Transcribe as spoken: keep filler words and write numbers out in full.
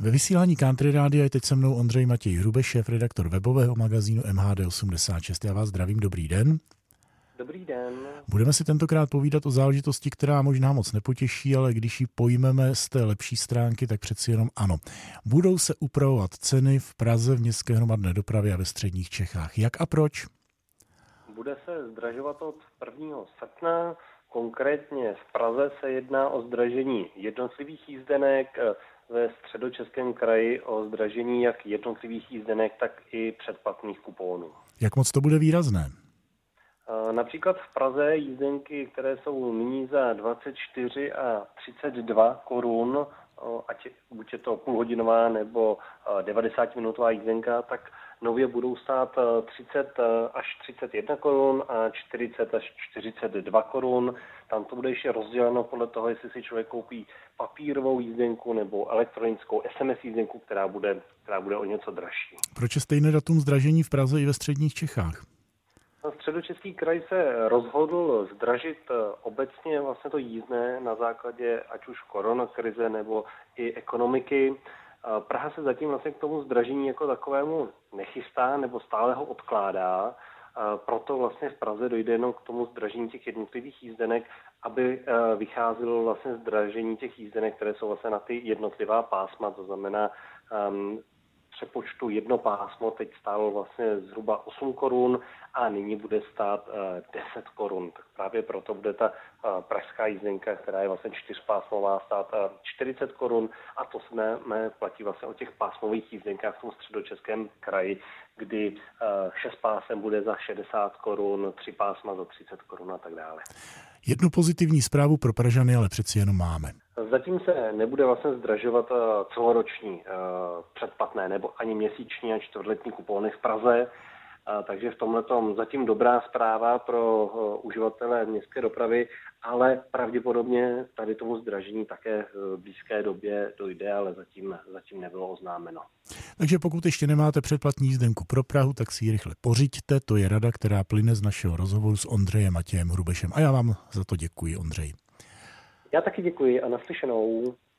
Ve vysílání Country Rádia je teď se mnou Ondřej Matěj Hrubeš, šéfredaktor webového magazínu M H D osmdesát šest. Já vás zdravím, dobrý den. Dobrý den. Budeme si tentokrát povídat o záležitosti, která možná moc nepotěší, ale když ji pojmeme z té lepší stránky, tak přeci jenom ano. Budou se upravovat ceny v Praze, v městské hromadné dopravě a ve středních Čechách. Jak a proč? Bude se zdražovat od prvního srpna. Konkrétně v Praze se jedná o zdražení jednotlivých jízdenek, ve Středočeském kraji o zdražení jak jednotlivých jízdenek, tak i předplatných kuponů. Jak moc to bude výrazné? Například v Praze jízdenky, které jsou nyní za dvacet čtyři a třicet dva korun, ať buď je to půlhodinová nebo devadesáti-minutová jízdenka, tak nově budou stát třicet až třicet jedna korun a čtyřicet až čtyřicet dva korun. Tam to bude ještě rozděleno podle toho, jestli si člověk koupí papírovou jízdenku nebo elektronickou es em es jízdenku, která bude, která bude o něco dražší. Proč je stejné datum zdražení v Praze i ve středních Čechách? Středočeský kraj se rozhodl zdražit obecně vlastně to jízdné na základě ať už koronakrize nebo i ekonomiky. Praha se zatím vlastně k tomu zdražení jako takovému nechystá nebo stále ho odkládá. Proto vlastně v Praze dojde jenom k tomu zdražení těch jednotlivých jízdenek, aby vycházelo vlastně zdražení těch jízdenek, které jsou vlastně na ty jednotlivá pásma, to znamená um, přepočtu jedno pásmo teď stálo vlastně zhruba osm korun a nyní bude stát deset korun. Tak právě proto bude ta pražská jízdenka, která je vlastně čtyřpásmová, stát čtyřicet korun a to jsme platí vlastně o těch pásmových jízdenkách v tom Středočeském kraji, kdy šest pásem bude za šedesát korun, tři pásma za třicet korun a tak dále. Jednu pozitivní zprávu pro Pražany ale přeci jenom máme. Zatím se nebude vlastně zdražovat celoroční předplatné nebo ani měsíční a čtvrtletní kupóny v Praze, takže v tomhletom zatím dobrá zpráva pro uživatele městské dopravy, ale pravděpodobně tady tomu zdražení také v blízké době dojde, ale zatím, zatím nebylo oznámeno. Takže pokud ještě nemáte předplatní jízdenku pro Prahu, tak si ji rychle pořiďte, to je rada, která plyne z našeho rozhovoru s Ondřejem Matějem Hrubešem. A já vám za to děkuji, Ondřej. Já taky děkuji a naslyšenou.